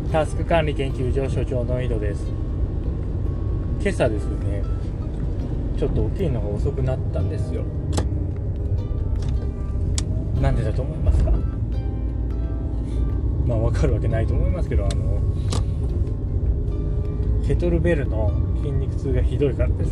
タスク管理研究所所長の井戸です。今朝ですね、ちょっと起きるのが遅くなったんですよ。なんでだと思いますか？まあ分かるわけないと思いますけど、ケトルベルの筋肉痛がひどいからです。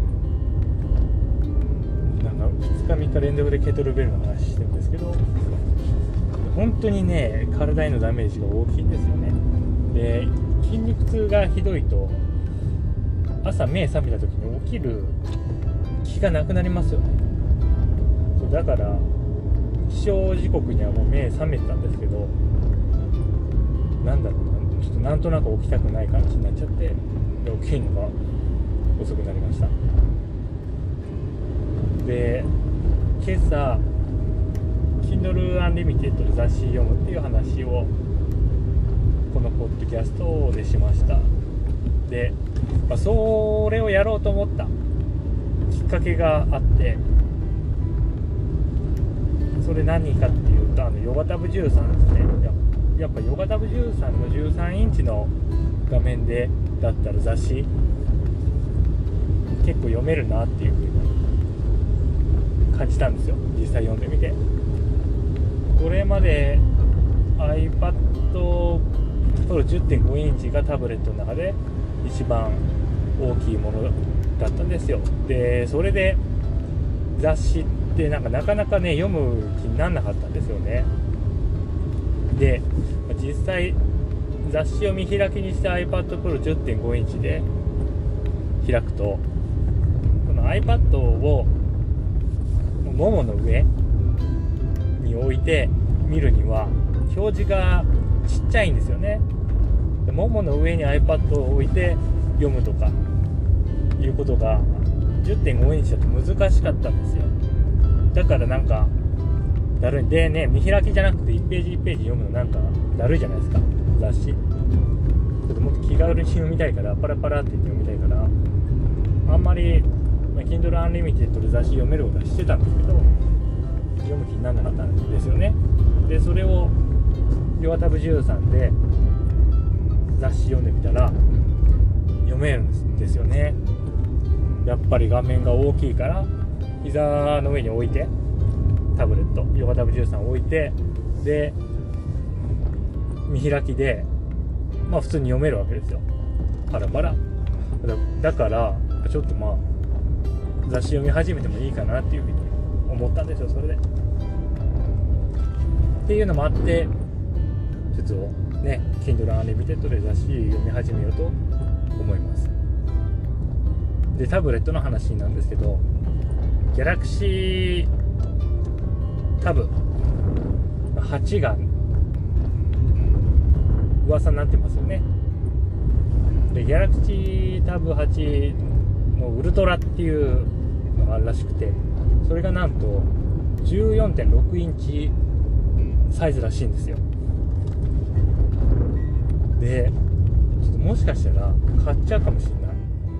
なんか2日3日連続でケトルベルの話してるんですけど、本当にね、体へのダメージが大きいんですよね。で、筋肉痛がひどいと朝目覚めた時に起きる気がなくなりますよね。そうだから起床時刻にはもう目覚めてたんですけど、なんだろうな、ちょっとなんとなく起きたくない感じになっちゃって、で起きるのが遅くなりました。で、今朝 Kindle Unlimited で雑誌読むっていう話をこのポッドキャストでしました。で、それをやろうと思ったきっかけがあって、それ何かっていうと、ヨガタブ13ですね。やっぱヨガタブ13の13インチの画面でだったら雑誌結構読めるなっていう風に感じたんですよ、実際読んでみて。これまで iPad Pro 10.5 インチがタブレットの中で一番大きいものだったんですよ。で、それで雑誌ってなかなかね、読む気にならなかったんですよね。で、実際雑誌を見開きにして iPad Pro 10.5 インチで開くと、この iPad をももの上に置いて見るには表示がちっちゃいんですよね。で、ももの上に iPad を置いて読むとかいうことが 10.5 インチだと難しかったんですよ。だからなんかだるいでね、見開きじゃなくて1ページ1ページ読むのなんかだるいじゃないですか、雑誌。ちょっともっと気軽に読みたいから、パラパラって言って読みたいから、あんまり、Kindle Unlimited で雑誌読めることはしてたんですけど、読む気にならなかったんですよね。で、それをヨガタブ13で雑誌読んでみたら読めるんですよね。やっぱり画面が大きいから、膝の上に置いてタブレットヨガタブ13を置いて、で見開きで普通に読めるわけですよ、パラパラ。だからちょっと雑誌読み始めてもいいかなっていうふうに思ったんですよ、それで。っていうのもあって、ちょっとね Kindle Unlimited で雑誌読み始めようと思います。で、タブレットの話なんですけど、Galaxy Tab 8が噂になってますよね。で、Galaxy Tab 8のウルトラっていうのがあるらしくて、それがなんと 14.6 インチサイズらしいんですよ。で、ちょっともしかしたら買っちゃうかもしれない。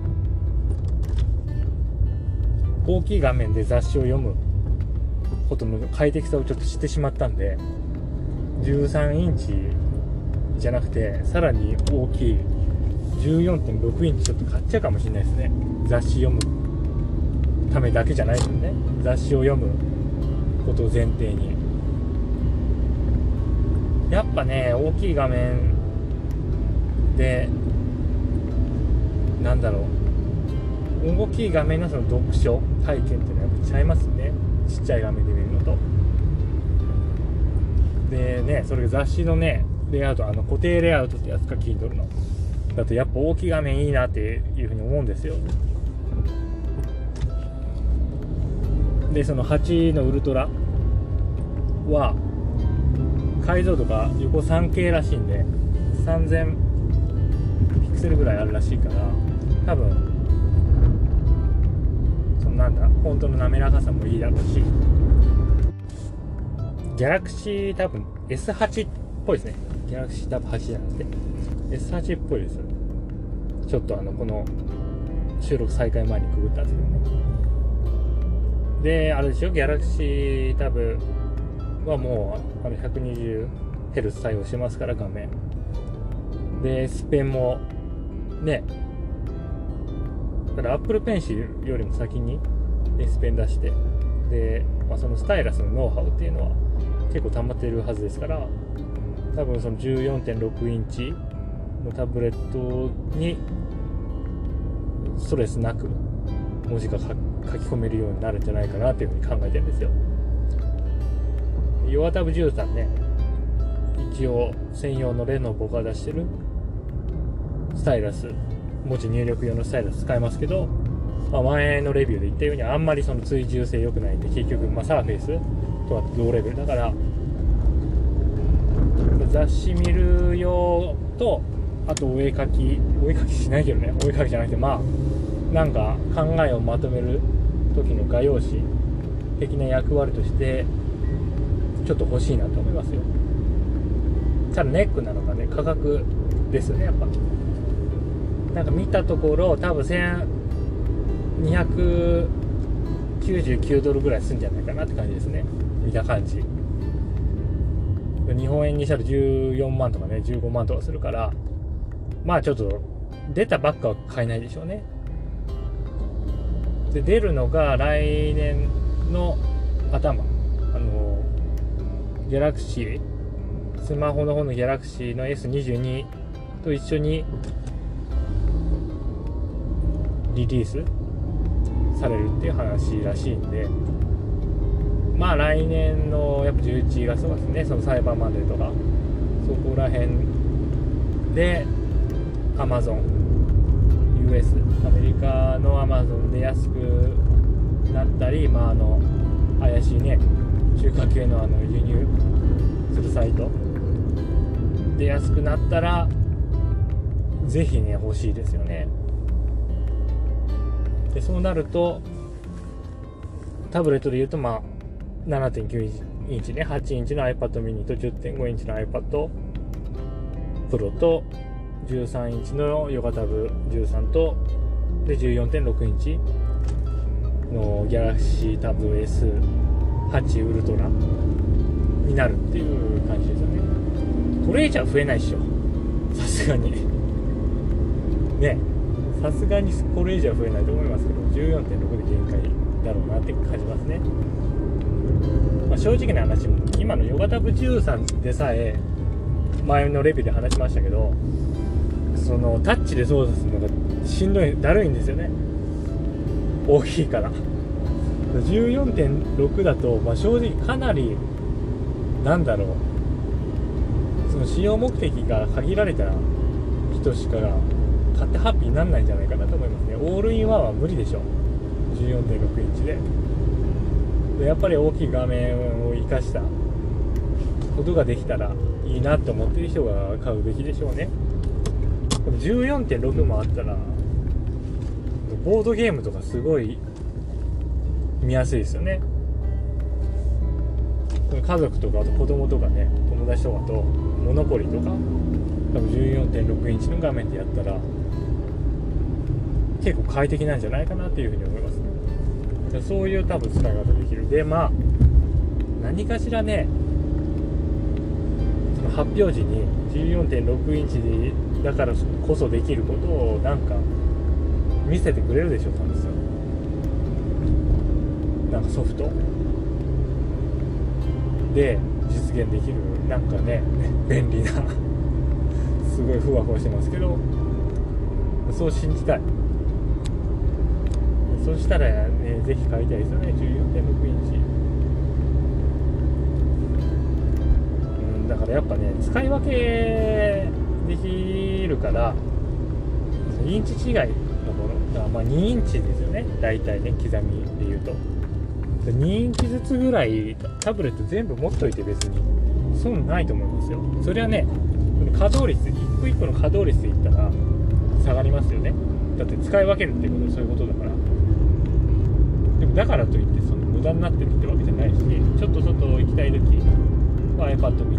大きい画面で雑誌を読むことの快適さをちょっと知ってしまったんで、13インチじゃなくてさらに大きい 14.6 インチちょっと買っちゃうかもしれないですね。雑誌読むためだけじゃないのね、雑誌を読むことを前提に。やっぱね、大きい画面でなんだろう、大きい画面のその読書体験っていうのはやっぱちゃいますね、ちっちゃい画面で見るのと。でね、それが雑誌のねレイアウト、固定レイアウトってやつか Kindle のだとやっぱ大きい画面いいなっていうふうに思うんですよ。で、その8のウルトラは解像度が横 3K らしいんで3000ピクセルぐらいあるらしいから、多分そのなんだ、フォントの滑らかさもいいだろうし、ギャラクシー多分 S8 っぽいですね。ギャラクシー多分8じゃなくて S8 っぽいです。ちょっとこの収録再開前にくぐったんですけどね。で、あれでしょ、ギャラクシータブはもう120Hz 対応してますから、画面で S ペンもね、だから Apple Pencil よりも先に S ペン出して、で、そのスタイラスのノウハウっていうのは結構溜まっているはずですから、多分その 14.6 インチのタブレットにストレスなく文字が書き込めるようになるんじゃないかなというふうに考えてるんですよ。ヨガタブ13ね、一応専用のレノボが出してるスタイラス、文字入力用のスタイラス使えますけど、前のレビューで言ったようにあんまりその追従性良くないんで、結局サーフェイスとは同レベルだから、雑誌見る用と、あとお絵描きしないけどね、お絵描きじゃなくてなんか考えをまとめる時の画用紙的な役割としてちょっと欲しいなと思いますよ。ただネックなのがね、価格ですよね。やっぱなんか見たところ多分1299ドルぐらいするんじゃないかなって感じですね、見た感じ。日本円にしたら14万とかね、15万とかするから、ちょっと出たばっかは買えないでしょうね。で出るのが来年の頭、ギャラクシー、スマホの方のギャラクシーの S22 と一緒にリリースされるっていう話らしいんで、来年のやっぱ11月とかですね、そのサイバーマンデーとかそこら辺で Amazon、US、アメリカの Amazon で安くなったり、怪しいね、中華系の輸入するサイトで安くなったらぜひね欲しいですよね。でそうなるとタブレットで言うと7.9 インチね、8インチの iPad mini と 10.5 インチの iPad Pro と13インチのヨガタブ13とで 14.6 インチの Galaxy Tab S8 ウルトラになるっていう感じですよね。これ以上は増えないっしょ、さすがにね、さすがにこれ以上は増えないと思いますけど、 14.6 で限界だろうなって感じますね。正直な話、今のヨガタブ13でさえ前のレビューで話しましたけど、そのタッチで操作するのがしんどい、だるいんですよね、大きいから。 14.6 だと、正直かなりその使用目的が限られた人しか買ってハッピーにならないんじゃないかなと思いますね。オールインワンは無理でしょ、 14.6 インチで。やっぱり大きい画面を生かしたことができたらいいなと思ってる人が買うべきでしょうね。でも 14.6 もあったらボードゲームとかすごい見やすいですよね。家族とかあと子供とかね、友達とかとモノポリとか多分 14.6 インチの画面でやったら結構快適なんじゃないかなっていうふうに思いますね。そういう多分使い方できる。で何かしらね、その発表時に 14.6 インチでだからこそできることをなんか見せてくれるでしょうたんですよ。なんかソフトで実現できる、なんかね便利なすごいふわふわしてますけど、そう信じたい。そしたらね、ぜひ買いたいですよね、14.6 インチ。だからやっぱね、使い分けできるから、インチ違いのものが、2インチですよね、大体ね、刻みで言うと。2インチずつぐらいタブレット全部持っといて別に損ないと思いますよ。それはね、稼働率、一個一個の稼働率で言ったら下がりますよね。だって使い分けるっていうことはそういうことだから。でもだからといってその無駄になってるってわけじゃないし、ちょっと外行きたい時は iPad 使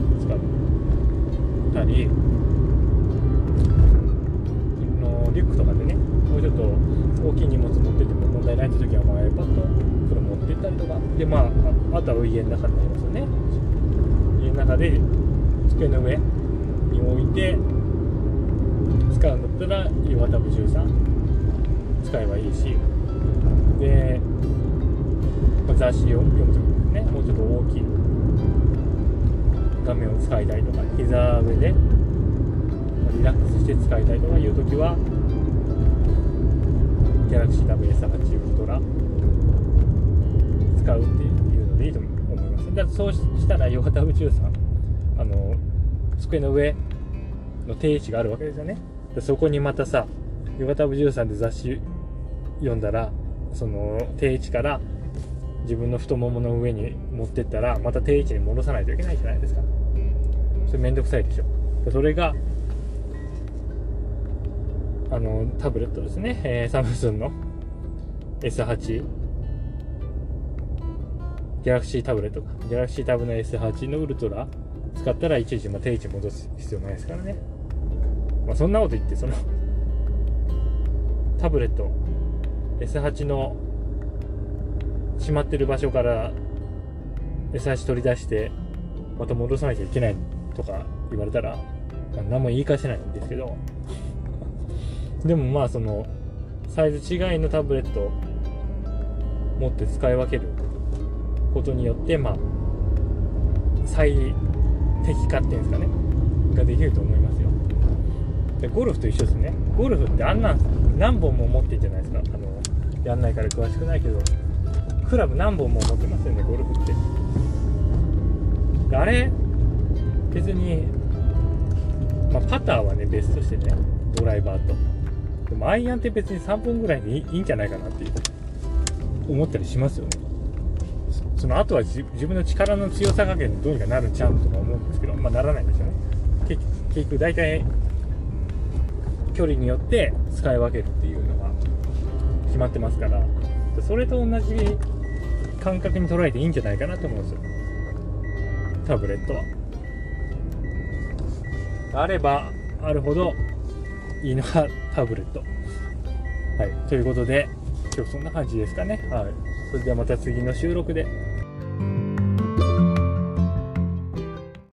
ったり、リュックとかでね、もうちょっと大きい荷物持ってても問題ないって時はiPad Pro 持ってったりとかで、あとは家の中になりますよね。家の中で机の上に置いて使うんだったらヨガタブ13使えばいいし、で、雑誌を読むときですね、もうちょっと大きい画面を使いたいとか、膝上でリラックスして使いたいとかいうときはギャラクシー W-S8 ウルトラ使うっていうのでいいと思います。だってそうしたらヨガタブ13机の上の定位置があるわけですよね。でそこにまたさ、ヨガタブ13で雑誌読んだら、その定位置から自分の太ももの上に持ってったらまた定位置に戻さないといけないじゃないですか。それめんどくさいでしょ。それがタブレットですね、サムスンの S8 ギャラクシータブレットか、ギャラクシータブの S8 のウルトラ使ったらいちいち定位置戻す必要ないですからね。そんなこと言って、そのタブレット S8 のしまってる場所から S8 取り出してまた戻さなきゃいけないとか言われたら、何も言い返せないんですけど、でもそのサイズ違いのタブレットを持って使い分けることによって最適化っていうんですかね、ができると思いますよ。でゴルフと一緒ですね。ゴルフって何本も持ってるじゃないですか。やんないから詳しくないけど、クラブ何本も持ってますよね、ゴルフって。あれ別に、パターはね別としてね、ドライバーと、でもアイアンって別に3本ぐらいでいいんじゃないかなって思ったりしますよね。その後は自分の力の強さ加減でどうにかなるんちゃうとか思うんですけど、ならないですよね。結局大体距離によって使い分けるっていうのが決まってますから、それと同じ感覚に捉えていいんじゃないかなと思うんですよ、タブレットは。あればあるほどいいのがタブレット。はい、ということで今日そんな感じですかね。はい、それではまた次の収録で